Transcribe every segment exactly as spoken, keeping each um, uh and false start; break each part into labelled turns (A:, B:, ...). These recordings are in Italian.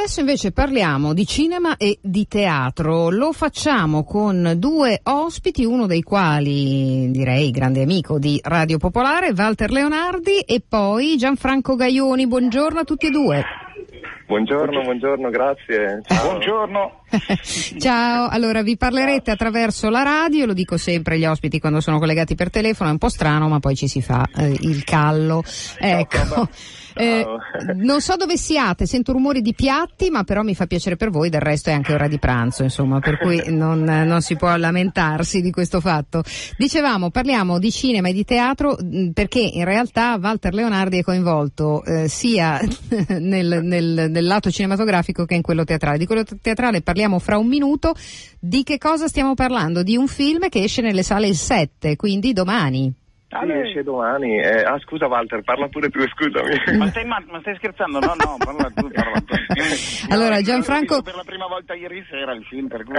A: adesso invece parliamo di cinema e di teatro. Lo facciamo con due ospiti, uno dei quali direi grande amico di Radio Popolare, Walter Leonardi, e poi Gianfranco Gaioni. Buongiorno a tutti e due.
B: Buongiorno, buongiorno, grazie. Ciao.
C: Buongiorno.
A: Ciao, allora vi parlerete attraverso la radio, lo dico sempre agli ospiti quando sono collegati per telefono, è un po' strano ma poi ci si fa eh, il callo. Ecco. Eh, non so dove siate, sento rumori di piatti, ma però mi fa piacere per voi, del resto è anche ora di pranzo, insomma, per cui non, non si può lamentarsi di questo fatto. Dicevamo, parliamo di cinema e di teatro perché in realtà Walter Leonardi è coinvolto eh, sia nel, nel, nel lato cinematografico che in quello teatrale. Di quello teatrale parliamo fra un minuto. Di che cosa stiamo parlando? Di un film che esce nelle sale il sette, quindi domani.
B: Ah, sì, esce domani. Eh, ah, scusa Walter, parla pure tu, scusami.
C: Ma stai, ma, ma stai scherzando? No, no, parla tu, parla tu.
A: Allora,
C: no,
A: Gianfranco...
C: per la prima volta ieri sera il film, per cui...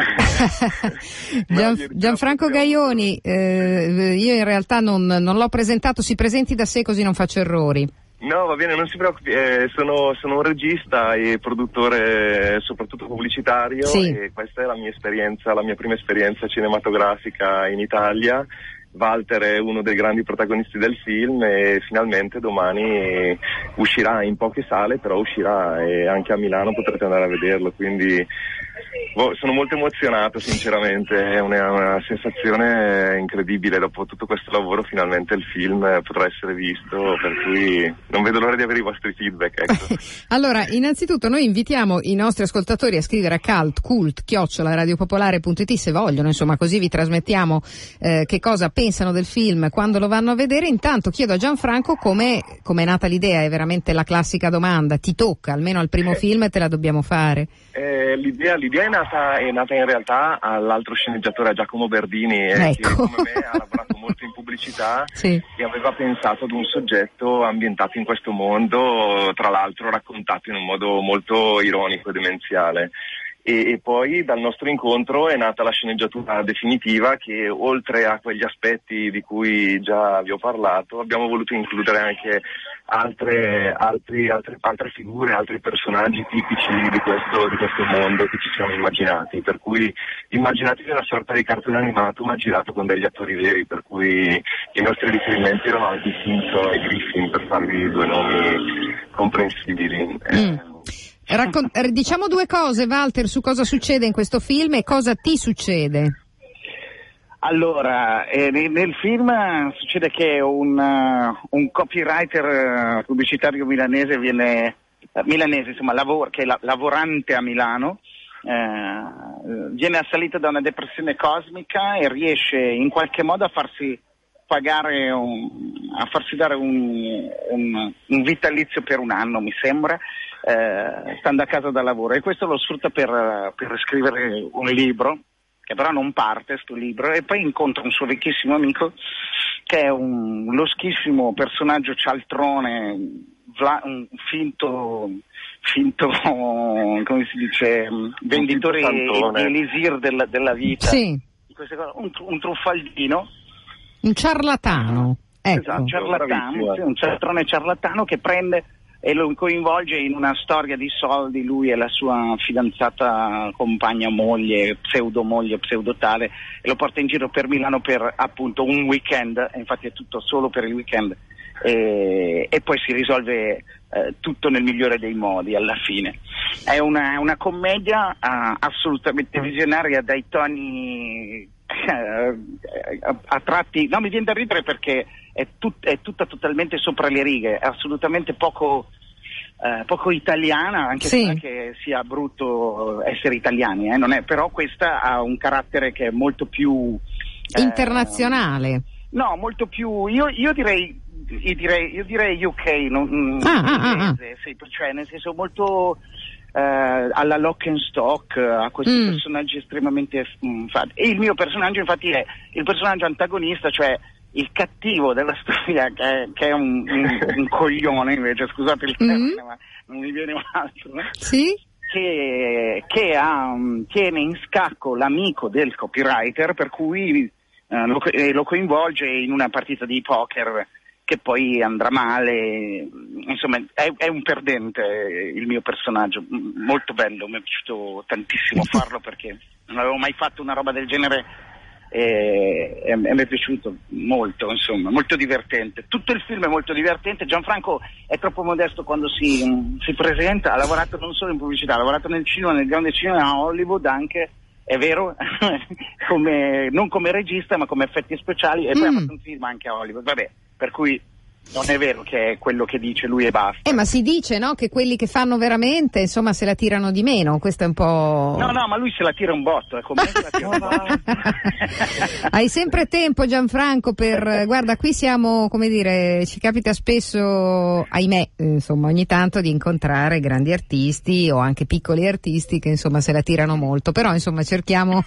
A: Gian... Gianfranco Gaioni, eh, io in realtà non, non l'ho presentato, si presenti da sé così non faccio errori.
B: No, va bene, non si preoccupi, eh, sono, sono un regista e produttore soprattutto pubblicitario,
A: sì.
B: E questa è la mia esperienza, la mia prima esperienza cinematografica in Italia. Walter è uno dei grandi protagonisti del film e finalmente domani uscirà in poche sale, però uscirà e anche a Milano potrete andare a vederlo, quindi boh, sono molto emozionato sinceramente, è una, una sensazione incredibile, dopo tutto questo lavoro finalmente il film potrà essere visto, per cui non vedo l'ora di avere i vostri feedback, ecco.
A: Allora, innanzitutto noi invitiamo i nostri ascoltatori a scrivere a cult, cult, chiocciola radiopopolare punto it se vogliono, insomma, così vi trasmettiamo eh, che cosa pensano del film quando lo vanno a vedere. Intanto chiedo a Gianfranco come è nata l'idea, è veramente la classica domanda, ti tocca, almeno al primo film te la dobbiamo fare.
B: Eh, l'idea, l'idea è, nata, è nata in realtà all'altro sceneggiatore, a Giacomo Berdini, eh,
A: ecco.
B: che come me ha lavorato molto in pubblicità
A: sì.
B: E aveva pensato ad un soggetto ambientato in questo mondo, tra l'altro raccontato in un modo molto ironico e demenziale. E, e poi dal nostro incontro è nata la sceneggiatura definitiva che, oltre a quegli aspetti di cui già vi ho parlato, abbiamo voluto includere anche altre, altri, altre, altre figure, altri personaggi tipici di questo, di questo mondo che ci siamo immaginati, per cui immaginatevi una sorta di cartone animato ma girato con degli attori veri, per cui i nostri riferimenti erano anche Simpson e Griffin, per farvi due nomi comprensibili.
A: Mm.
B: Eh,
A: Raccon- diciamo due cose, Walter, su cosa succede in questo film e cosa ti succede.
C: Allora, eh, nel film succede che un, uh, un copywriter uh, pubblicitario milanese viene uh, milanese, insomma, lavor- che è la- lavorante a Milano, uh, viene assalito da una depressione cosmica e riesce in qualche modo a farsi pagare un, a farsi dare un, un, un vitalizio per un anno, mi sembra, eh, stando a casa da lavoro, e questo lo sfrutta per, per scrivere un libro, che però non parte sto libro, e poi incontra un suo vecchissimo amico che è un loschissimo personaggio cialtrone, vla, un finto finto come si dice venditore elisir della, della vita,
A: sì.
C: un, un truffaldino,
A: un ciarlatano, ecco.
C: Esatto, un ciarlatano, sì, un cialtrone ciarlatano che prende e lo coinvolge in una storia di soldi, lui e la sua fidanzata, compagna, moglie, pseudo moglie, pseudo tale, e lo porta in giro per Milano per appunto un weekend, e infatti è tutto solo per il weekend, e, e poi si risolve eh, tutto nel migliore dei modi alla fine. È una, una commedia uh, assolutamente visionaria, dai toni uh, a, a tratti, no, mi viene da ridere perché È, tut- è tutta totalmente sopra le righe, è assolutamente poco, eh, poco italiana, anche
A: sì.
C: se non è che sia brutto essere italiani, eh, non è, però questa ha un carattere che è molto più
A: eh, internazionale.
C: No, molto più, io, io direi io direi io direi U K, non,
A: ah, ah,
C: inglese, ah. Sì, cioè nel senso molto eh, alla Lock and Stock, a questi mm. personaggi estremamente mh, fatti. E il mio personaggio infatti è il personaggio antagonista, cioè il cattivo della storia, che è, che è un, un, un coglione, invece, scusate il termine, mm. ma non mi viene un altro, no?
A: Sì?
C: Che, che ha, tiene in scacco l'amico del copywriter, per cui eh, lo, eh, lo coinvolge in una partita di poker che poi andrà male, insomma è, è un perdente il mio personaggio, molto bello, mi è piaciuto tantissimo farlo perché non avevo mai fatto una roba del genere e, e, e mi è piaciuto molto, insomma, molto divertente. Tutto il film è molto divertente. Gianfranco è troppo modesto quando si, si presenta, ha lavorato non solo in pubblicità, ha lavorato nel cinema, nel grande cinema, a Hollywood anche, è vero, come, non come regista ma come effetti speciali, e poi mm. ha fatto un film anche a Hollywood, vabbè, per cui non è vero che è quello che dice lui e basta.
A: Eh, ma si dice, no, che quelli che fanno veramente, insomma, se la tirano di meno, questo è un po'...
C: No, no, ma lui se la tira un botto, è come se la tira un botto.
A: Hai sempre tempo, Gianfranco, per... Guarda, qui siamo, come dire, ci capita spesso, ahimè, insomma, ogni tanto di incontrare grandi artisti o anche piccoli artisti che, insomma, se la tirano molto, però, insomma, cerchiamo,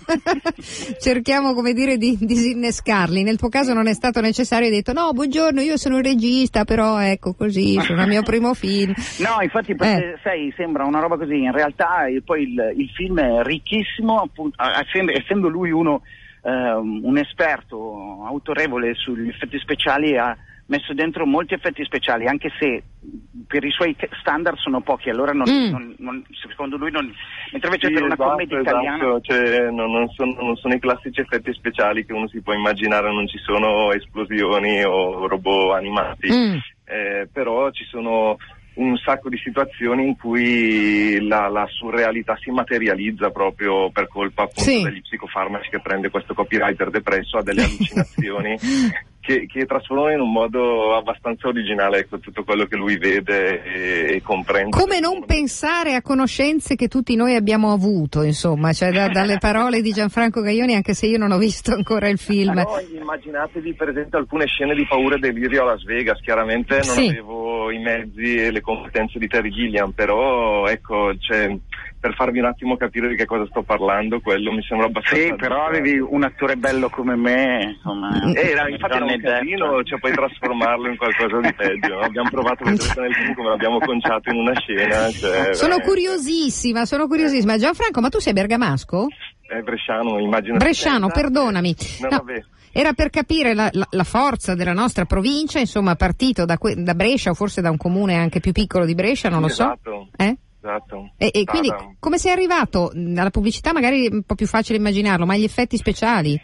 A: cerchiamo, come dire, di disinnescarli. Nel tuo caso non è stato necessario, hai detto, no, buongiorno, io sono un regista, però ecco così, sono il mio primo film.
C: No, infatti perché, eh. sai, sembra una roba così, in realtà il, poi il, il film è ricchissimo, appunto, essendo, essendo lui uno eh, un esperto autorevole sugli effetti speciali, ha messo dentro molti effetti speciali, anche se per i suoi standard sono pochi, allora non, mm. non, non, secondo lui non, mentre invece sì, per una
B: esatto,
C: commedia italiana
B: esatto. Cioè, no, non, sono, non sono i classici effetti speciali che uno si può immaginare, non ci sono esplosioni o robot animati, mm. eh, però ci sono un sacco di situazioni in cui la, la surrealità si materializza proprio per colpa appunto sì. degli psicofarmaci che prende questo copywriter depresso, ha delle allucinazioni che, che trasformano in un modo abbastanza originale, ecco, tutto quello che lui vede e, e comprende.
A: Come non pensare a conoscenze che tutti noi abbiamo avuto, insomma, cioè da, dalle parole di Gianfranco Gaioni, anche se io non ho visto ancora il film.
B: No, immaginatevi per esempio alcune scene di paura e delirio a Las Vegas, chiaramente non sì. avevo i mezzi e le competenze di Terry Gilliam, però ecco, cioè, per farvi un attimo capire di che cosa sto parlando, quello mi sembra abbastanza...
C: Sì, però avevi un attore bello come me, insomma...
B: Era, infatti era un casino, cioè puoi trasformarlo in qualcosa di peggio, no? Abbiamo provato a vedere nel film come l'abbiamo conciato in una scena, cioè,
A: sono beh. curiosissima, sono curiosissima. Gianfranco, ma tu sei bergamasco?
B: È bresciano, immagino.
A: Bresciano, perdonami.
B: No,
A: no.
B: Vabbè.
A: Era per capire la, la, la forza della nostra provincia, insomma, partito da, que- da Brescia o forse da un comune anche più piccolo di Brescia, non lo
B: esatto.
A: so. Eh?
B: Esatto.
A: E, e quindi come sei arrivato? Dalla pubblicità magari è un po' più facile immaginarlo, ma gli effetti speciali?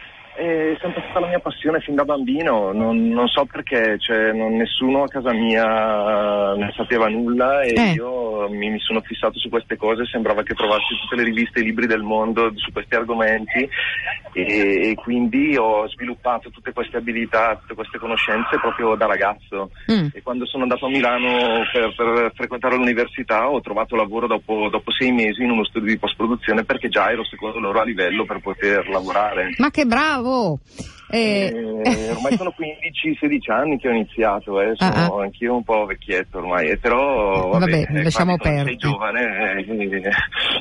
B: È sempre stata la mia passione fin da bambino, non, non so perché, cioè non, nessuno a casa mia ne sapeva nulla e eh. io mi, mi sono fissato su queste cose, sembrava che trovassi tutte le riviste e i libri del mondo su questi argomenti e, e quindi ho sviluppato tutte queste abilità, tutte queste conoscenze proprio da ragazzo mm. e quando sono andato a Milano per, per frequentare l'università ho trovato lavoro dopo, dopo sei mesi in uno studio di post-produzione perché già ero secondo loro a livello per poter lavorare.
A: Ma che bravo!
B: Eh... Eh, ormai sono quindici sedici anni che ho iniziato, eh, sono uh-huh. anch'io un po' vecchietto ormai, eh, però vabbè,
A: vabbè lasciamo perdere.
B: Sei giovane, eh,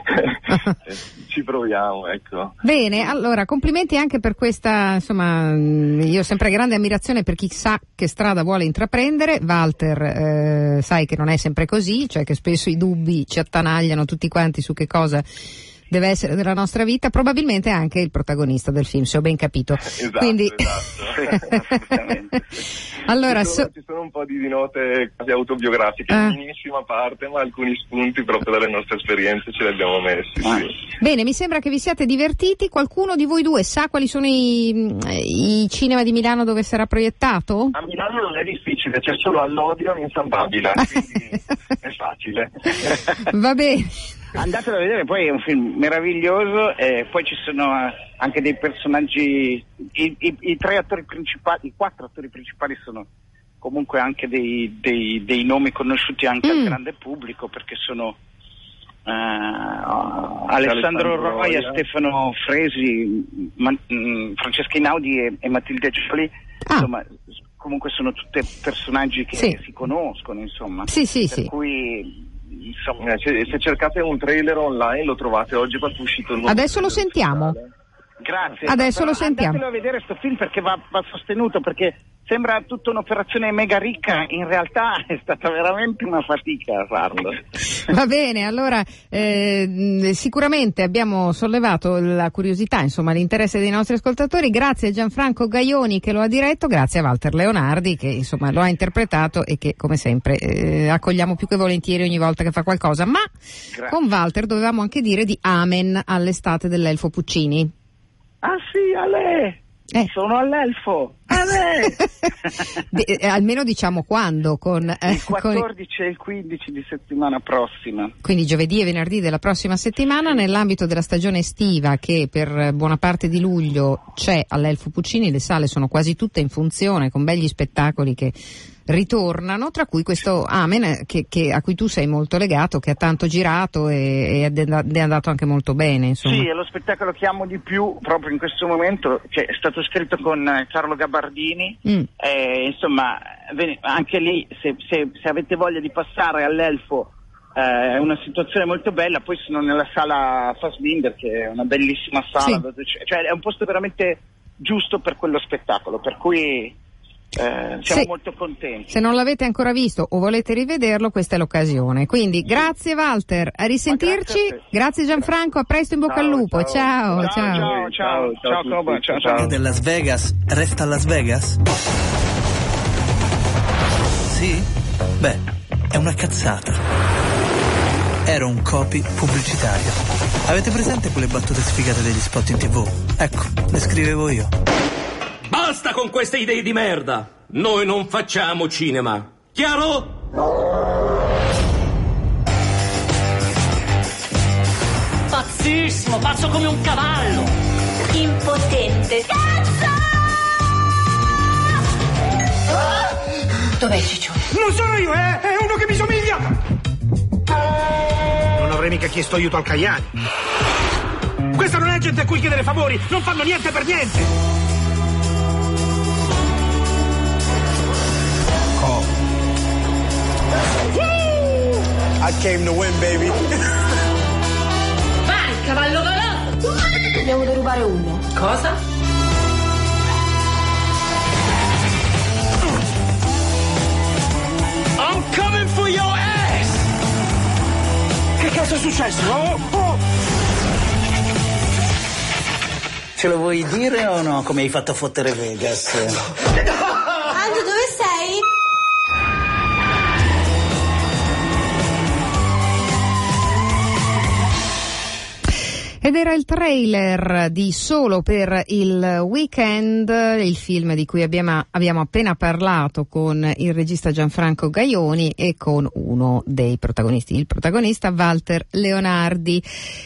B: ci proviamo, ecco.
A: Bene, allora complimenti anche per questa, insomma, io ho sempre grande ammirazione per chi sa che strada vuole intraprendere. Walter, eh, sai che non è sempre così, cioè che spesso i dubbi ci attanagliano tutti quanti su che cosa deve essere della nostra vita, probabilmente anche il protagonista del film, se ho ben capito.
B: Esatto,
A: quindi
B: esatto.
A: Allora,
B: ci, sono,
A: so...
B: ci sono un po' di note quasi autobiografiche,
A: ah.
B: in minimissima parte, ma alcuni spunti proprio dalle nostre esperienze ce li abbiamo messi.
A: Ah.
B: Sì.
A: Bene, mi sembra che vi siate divertiti. Qualcuno di voi due sa quali sono i, i cinema di Milano dove sarà proiettato?
B: A Milano non è difficile, c'è solo all'Odeon in San Babila, quindi è facile.
A: Va bene.
C: Andatelo a vedere, poi è un film meraviglioso e poi ci sono anche dei personaggi, i, i, i tre attori principali, i quattro attori principali sono comunque anche dei, dei, dei nomi conosciuti anche mm. al grande pubblico perché sono uh, Alessandro, Alessandro Roia, Roia, Stefano Fresi, Man, mh, Francesca Inaudi e, e Matilde Gioli, ah. insomma comunque sono tutti personaggi che sì. si conoscono, insomma,
A: sì, sì,
C: per
A: sì.
C: cui
B: insomma, se, se cercate un trailer online lo trovate oggi quando è uscito il nuovo.
A: Adesso lo sentiamo.
C: Grazie.
A: Adesso
C: Però
A: lo sentiamo.
C: Andatelo a vedere sto film perché va, va sostenuto, perché sembra tutta un'operazione mega ricca, in realtà è stata veramente una fatica a farlo.
A: Va bene, allora eh, sicuramente abbiamo sollevato la curiosità, insomma l'interesse dei nostri ascoltatori, grazie a Gianfranco Gaioni che lo ha diretto, grazie a Walter Leonardi che insomma lo ha interpretato e che come sempre eh, accogliamo più che volentieri ogni volta che fa qualcosa, ma grazie. Con Walter dovevamo anche dire di Amen all'estate dell'Elfo Puccini.
C: Ah sì, a lei! Eh. Sono all'Elfo, a lei!
A: De, eh, almeno diciamo quando, con eh,
C: il quattordici con... e il quindici di settimana prossima.
A: Quindi giovedì e venerdì della prossima settimana, nell'ambito della stagione estiva che per buona parte di luglio c'è all'Elfo Puccini. Le sale sono quasi tutte in funzione con begli spettacoli che ritornano, tra cui questo Amen che, che a cui tu sei molto legato, che ha tanto girato e, ed è andato anche molto bene, insomma.
C: Sì, è lo spettacolo che amo di più proprio in questo momento, che è stato scritto con Carlo Gabardini. Mm. Eh, insomma, anche lì se, se, se avete voglia di passare all'Elfo eh, è una situazione molto bella. Poi sono nella sala Fassbinder, che è una bellissima sala, sì. Dove c- cioè è un posto veramente giusto per quello spettacolo, per cui Eh, siamo
A: sì.
C: molto contenti.
A: Se non l'avete ancora visto o volete rivederlo, questa è l'occasione. Quindi grazie Walter, a risentirci. Grazie, grazie Gianfranco, a presto, in bocca
C: ciao,
A: al lupo.
C: Ciao,
A: ciao.
C: ciao, ciao, ciao, ciao, ciao, ciao, ciao, ciao.
D: È Las Vegas resta a Las Vegas? Sì? Beh, è una cazzata. Era un copy pubblicitario. Avete presente quelle battute sfigate degli spot in tivù? Ecco, le scrivevo io.
E: Basta con queste idee di merda! Noi non facciamo cinema. Chiaro?
F: Pazzissimo, pazzo come un cavallo!
G: Impotente. Cazzo!
F: Dov'è Ciccio?
H: Non sono io, eh! È uno che mi somiglia! Non avrei mica chiesto aiuto al Caiani. Questa non è gente a cui chiedere favori, non fanno niente per niente!
I: I came to win, baby.
F: Vai, cavallo veloce!
G: Dobbiamo derubare uno.
F: Cosa?
H: I'm coming for your ass! Che cazzo è successo? Oh, oh.
D: Ce lo vuoi dire o no, come hai fatto a fottere Vegas?
G: Aldo, dove sei?
A: Ed era il trailer di Solo per il Weekend, il film di cui abbiamo, abbiamo appena parlato con il regista Gianfranco Gaioni e con uno dei protagonisti, il protagonista Walter Leonardi.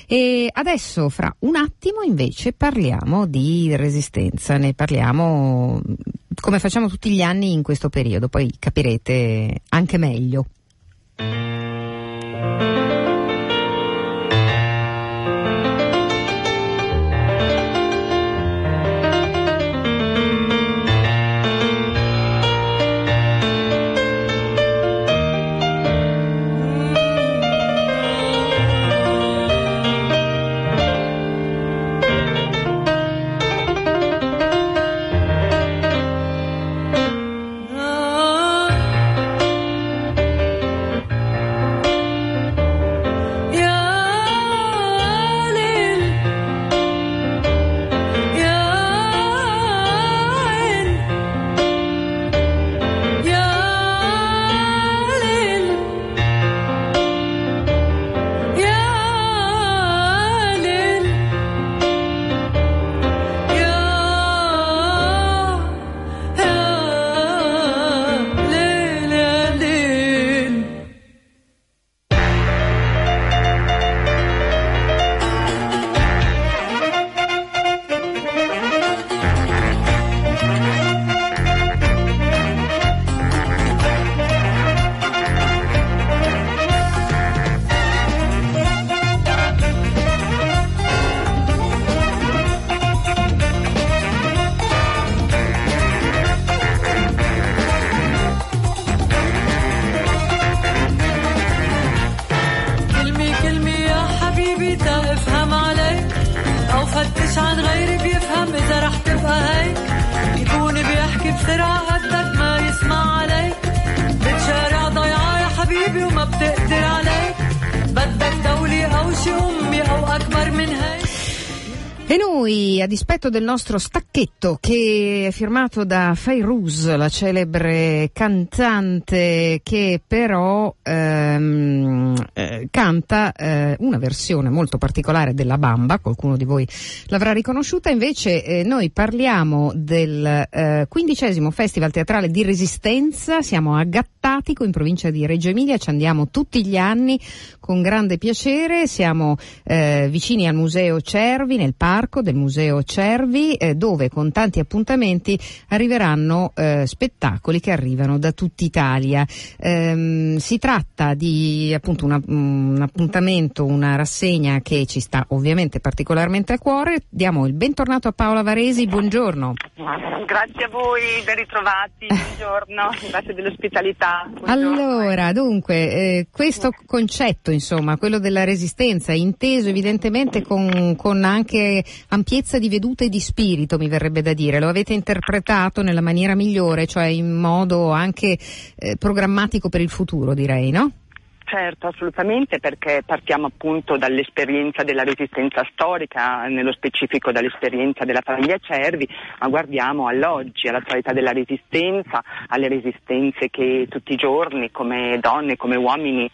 A: E adesso, fra un attimo, invece, parliamo di Resistenza, ne parliamo come facciamo tutti gli anni in questo periodo, poi capirete anche meglio.
J: فتش عن غيري بيفهم إذا رح تبقى هيك يكون بيحكي بسرعة قدك ما يسمع عليك بتشارع ضيعة يا حبيبي وما بتقدر عليك بدك دولة أو شي أمي أو أكبر من هيك.
A: E noi, a dispetto del nostro stacchetto che è firmato da Fairuz, la celebre cantante che però ehm, eh, canta eh, una versione molto particolare della Bamba, qualcuno di voi l'avrà riconosciuta, invece eh, noi parliamo del eh, quindicesimo Festival Teatrale di Resistenza, siamo a Gattatico in provincia di Reggio Emilia, ci andiamo tutti gli anni con grande piacere, siamo eh, vicini al Museo Cervi, nel parco del Museo Cervi, eh, dove con tanti appuntamenti arriveranno eh, spettacoli che arrivano da tutta Italia. Ehm, si tratta di appunto una, un appuntamento, una rassegna che ci sta ovviamente particolarmente a cuore. Diamo il bentornato a Paola Varesi, buongiorno.
K: Grazie a voi, ben ritrovati, buongiorno, grazie dell'ospitalità. Buongiorno.
A: Allora, dunque, eh, questo concetto, insomma, quello della resistenza, inteso evidentemente con, con anche ampiezza di veduta e di spirito, mi verrebbe da dire, lo avete interpretato nella maniera migliore, cioè in modo anche eh, programmatico per il futuro, direi, no?
K: Certo, assolutamente, perché partiamo appunto dall'esperienza della resistenza storica, nello specifico dall'esperienza della famiglia Cervi, ma guardiamo all'oggi, all'attualità della resistenza, alle resistenze che tutti i giorni come donne, come uomini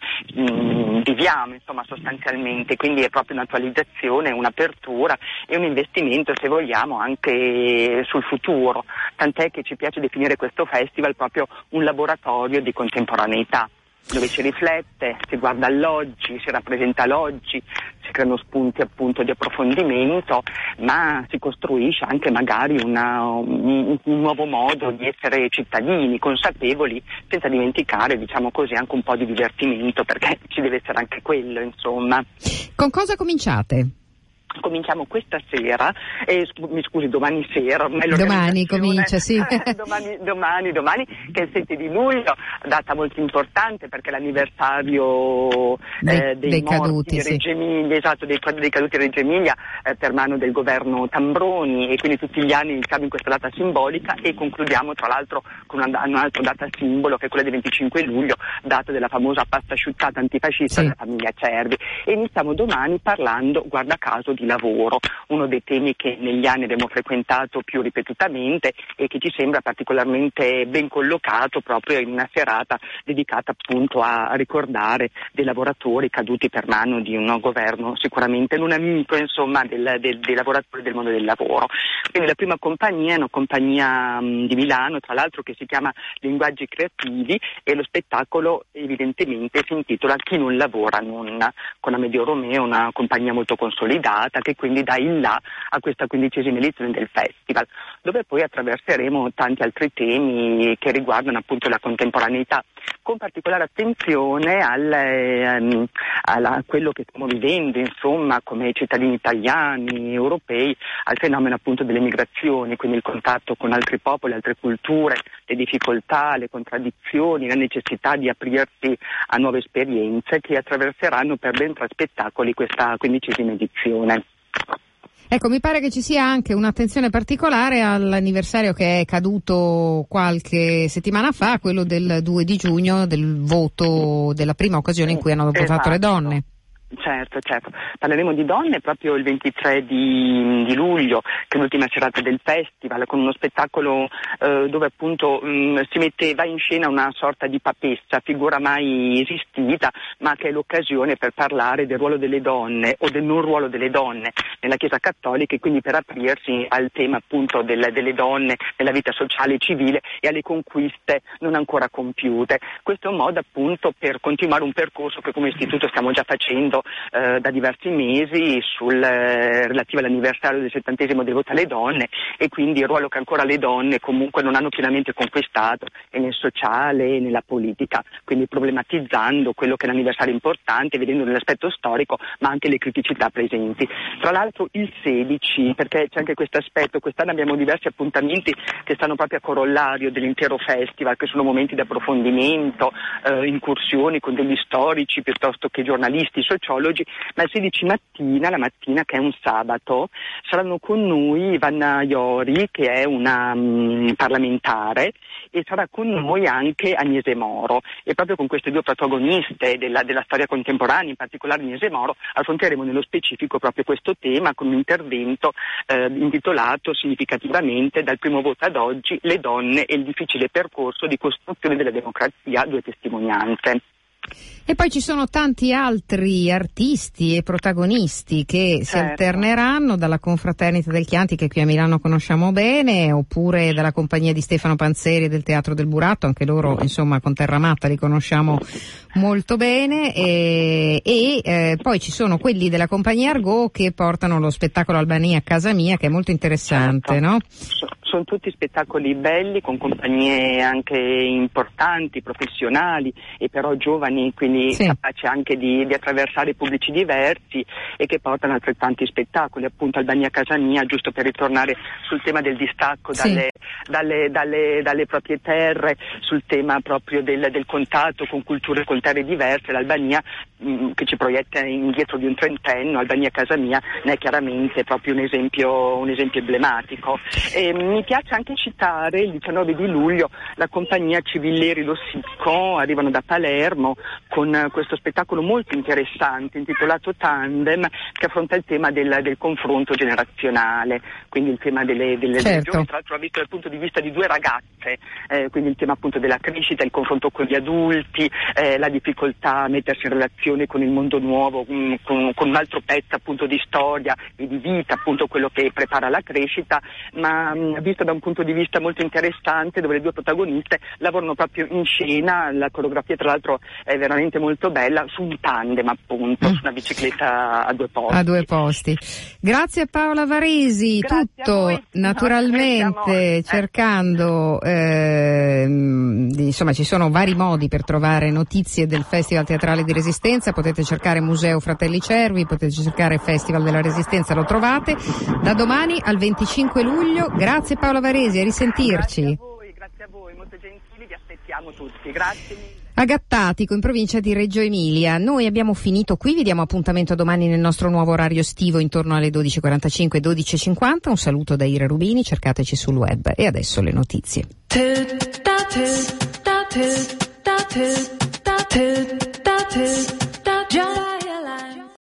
K: mh, viviamo, insomma, sostanzialmente, quindi è proprio un'attualizzazione, un'apertura e un investimento, se vogliamo, anche sul futuro, tant'è che ci piace definire questo festival proprio un laboratorio di contemporaneità, dove si riflette, si guarda all'oggi, si rappresenta l'oggi, si creano spunti appunto di approfondimento, ma si costruisce anche magari una, un, un nuovo modo di essere cittadini, consapevoli, senza dimenticare, diciamo così, anche un po' di divertimento, perché ci deve essere anche quello, insomma.
A: Con cosa cominciate?
K: Cominciamo questa sera, eh, mi scusi, domani sera.
A: Domani comincia, sì.
K: domani, domani, domani, che è il sette di luglio, data molto importante perché è l'anniversario eh, dei, dei morti caduti, di Reggio Emilia, sì. Esatto, dei, dei caduti di Reggio Emilia eh, per mano del governo Tambroni, e quindi tutti gli anni iniziamo in questa data simbolica e concludiamo tra l'altro con una, un'altra data simbolo che è quella del venticinque luglio, data della famosa pasta asciuttata antifascista, sì, della famiglia Cervi, e iniziamo domani parlando, guarda caso, di lavoro, uno dei temi che negli anni abbiamo frequentato più ripetutamente e che ci sembra particolarmente ben collocato proprio in una serata dedicata appunto a ricordare dei lavoratori caduti per mano di un governo sicuramente non amico, insomma, del, del, dei lavoratori del mondo del lavoro. Quindi la prima compagnia è una compagnia mh, di Milano, tra l'altro, che si chiama Linguaggi Creativi, e lo spettacolo evidentemente si intitola Chi non lavora non, con Amedeo Romeo, una compagnia molto consolidata che quindi dà il là a questa quindicesima edizione del festival, dove poi attraverseremo tanti altri temi che riguardano appunto la contemporaneità, con particolare attenzione al, ehm, a quello che stiamo vivendo, insomma, come cittadini italiani, europei, al fenomeno appunto delle migrazioni, quindi il contatto con altri popoli, altre culture, le difficoltà, le contraddizioni, la necessità di aprirsi a nuove esperienze che attraverseranno per ben tre spettacoli questa quindicesima edizione.
A: Ecco, mi pare che ci sia anche un'attenzione particolare all'anniversario che è caduto qualche settimana fa, quello del due di giugno, del voto, della prima occasione in cui hanno votato
K: esatto.
A: le donne.
K: Certo, certo. Parleremo di donne proprio il ventitré di, di luglio, che è l'ultima serata del festival, con uno spettacolo eh, dove appunto mh, si metteva in scena una sorta di papessa, figura mai esistita, ma che è l'occasione per parlare del ruolo delle donne o del non ruolo delle donne nella Chiesa Cattolica, e quindi per aprirsi al tema appunto del, delle donne nella vita sociale e civile e alle conquiste non ancora compiute. Questo è un modo appunto per continuare un percorso che come istituto stiamo già facendo Eh, da diversi mesi sul eh, relativo all'anniversario del settantesimo del voto alle donne, e quindi il ruolo che ancora le donne comunque non hanno pienamente conquistato e nel sociale e nella politica, quindi problematizzando quello che è l'anniversario importante, vedendo nell'aspetto storico ma anche le criticità presenti. Tra l'altro il sedici, perché c'è anche questo aspetto, quest'anno abbiamo diversi appuntamenti che stanno proprio a corollario dell'intero festival, che sono momenti di approfondimento, eh, incursioni con degli storici piuttosto che giornalisti, sociologi, sociologi, ma il sedici mattina, la mattina che è un sabato, saranno con noi Ivana Iori, che è una um, parlamentare, e sarà con noi anche Agnese Moro, e proprio con queste due protagoniste della, della storia contemporanea, in particolare Agnese Moro, affronteremo nello specifico proprio questo tema con un intervento eh, intitolato significativamente Dal primo voto ad oggi, le donne e il difficile percorso di costruzione della democrazia, due testimonianze.
A: E poi ci sono tanti altri artisti e protagonisti che si
K: certo.
A: alterneranno, dalla Confraternita del Chianti, che qui a Milano conosciamo bene, oppure dalla compagnia di Stefano Panzeri e del Teatro del Buratto, anche loro insomma con Terramatta li conosciamo molto bene, e, e eh, poi ci sono quelli della compagnia Argot che portano lo spettacolo Albania a casa mia, che è molto interessante,
K: certo.
A: no?
K: Sono tutti spettacoli belli, con compagnie anche importanti, professionali, e però giovani, quindi sì. capaci anche di, di attraversare pubblici diversi, e che portano altrettanti spettacoli. Appunto Albania a casa mia, giusto per ritornare sul tema del distacco
A: sì.
K: dalle, dalle, dalle, dalle proprie terre, sul tema proprio del, del contatto con culture e con terre diverse, l'Albania mh, che ci proietta indietro di un trentennio, Albania a casa mia ne è chiaramente proprio un esempio, un esempio emblematico. E, mi piace anche citare il diciannove di luglio la compagnia Civilleri Lo Sicco, arrivano da Palermo con questo spettacolo molto interessante intitolato Tandem, che affronta il tema del, del confronto generazionale, quindi il tema delle, delle
A: certo.
K: regioni, tra l'altro l'ho visto dal punto di vista di due ragazze, eh, quindi il tema appunto della crescita, il confronto con gli adulti, eh, la difficoltà a mettersi in relazione con il mondo nuovo, mh, con, con un altro pezzo appunto di storia e di vita, appunto quello che prepara la crescita, ma mh, visto da un punto di vista molto interessante, dove le due protagoniste lavorano proprio in scena, la coreografia tra l'altro è veramente molto bella, su un tandem appunto, mm. su una bicicletta a due posti.
A: A due posti. Grazie a Paola Varesi,
K: Grazie
A: tutto naturalmente no, cercando, eh, insomma ci sono vari modi per trovare notizie del Festival Teatrale di Resistenza, potete cercare Museo Fratelli Cervi, potete cercare Festival della Resistenza, lo trovate, da domani al venticinque luglio. Grazie Paola Varesi, a risentirci.
K: Grazie a voi, grazie a voi, molto gentili, vi aspettiamo tutti, grazie mille.
A: A Gattatico, in provincia di Reggio Emilia. Noi abbiamo finito qui, vi diamo appuntamento domani nel nostro nuovo orario estivo intorno alle dodici e quarantacinque e dodici e cinquanta. Un saluto da Ira Rubini, cercateci sul web. E adesso le notizie.
J: Da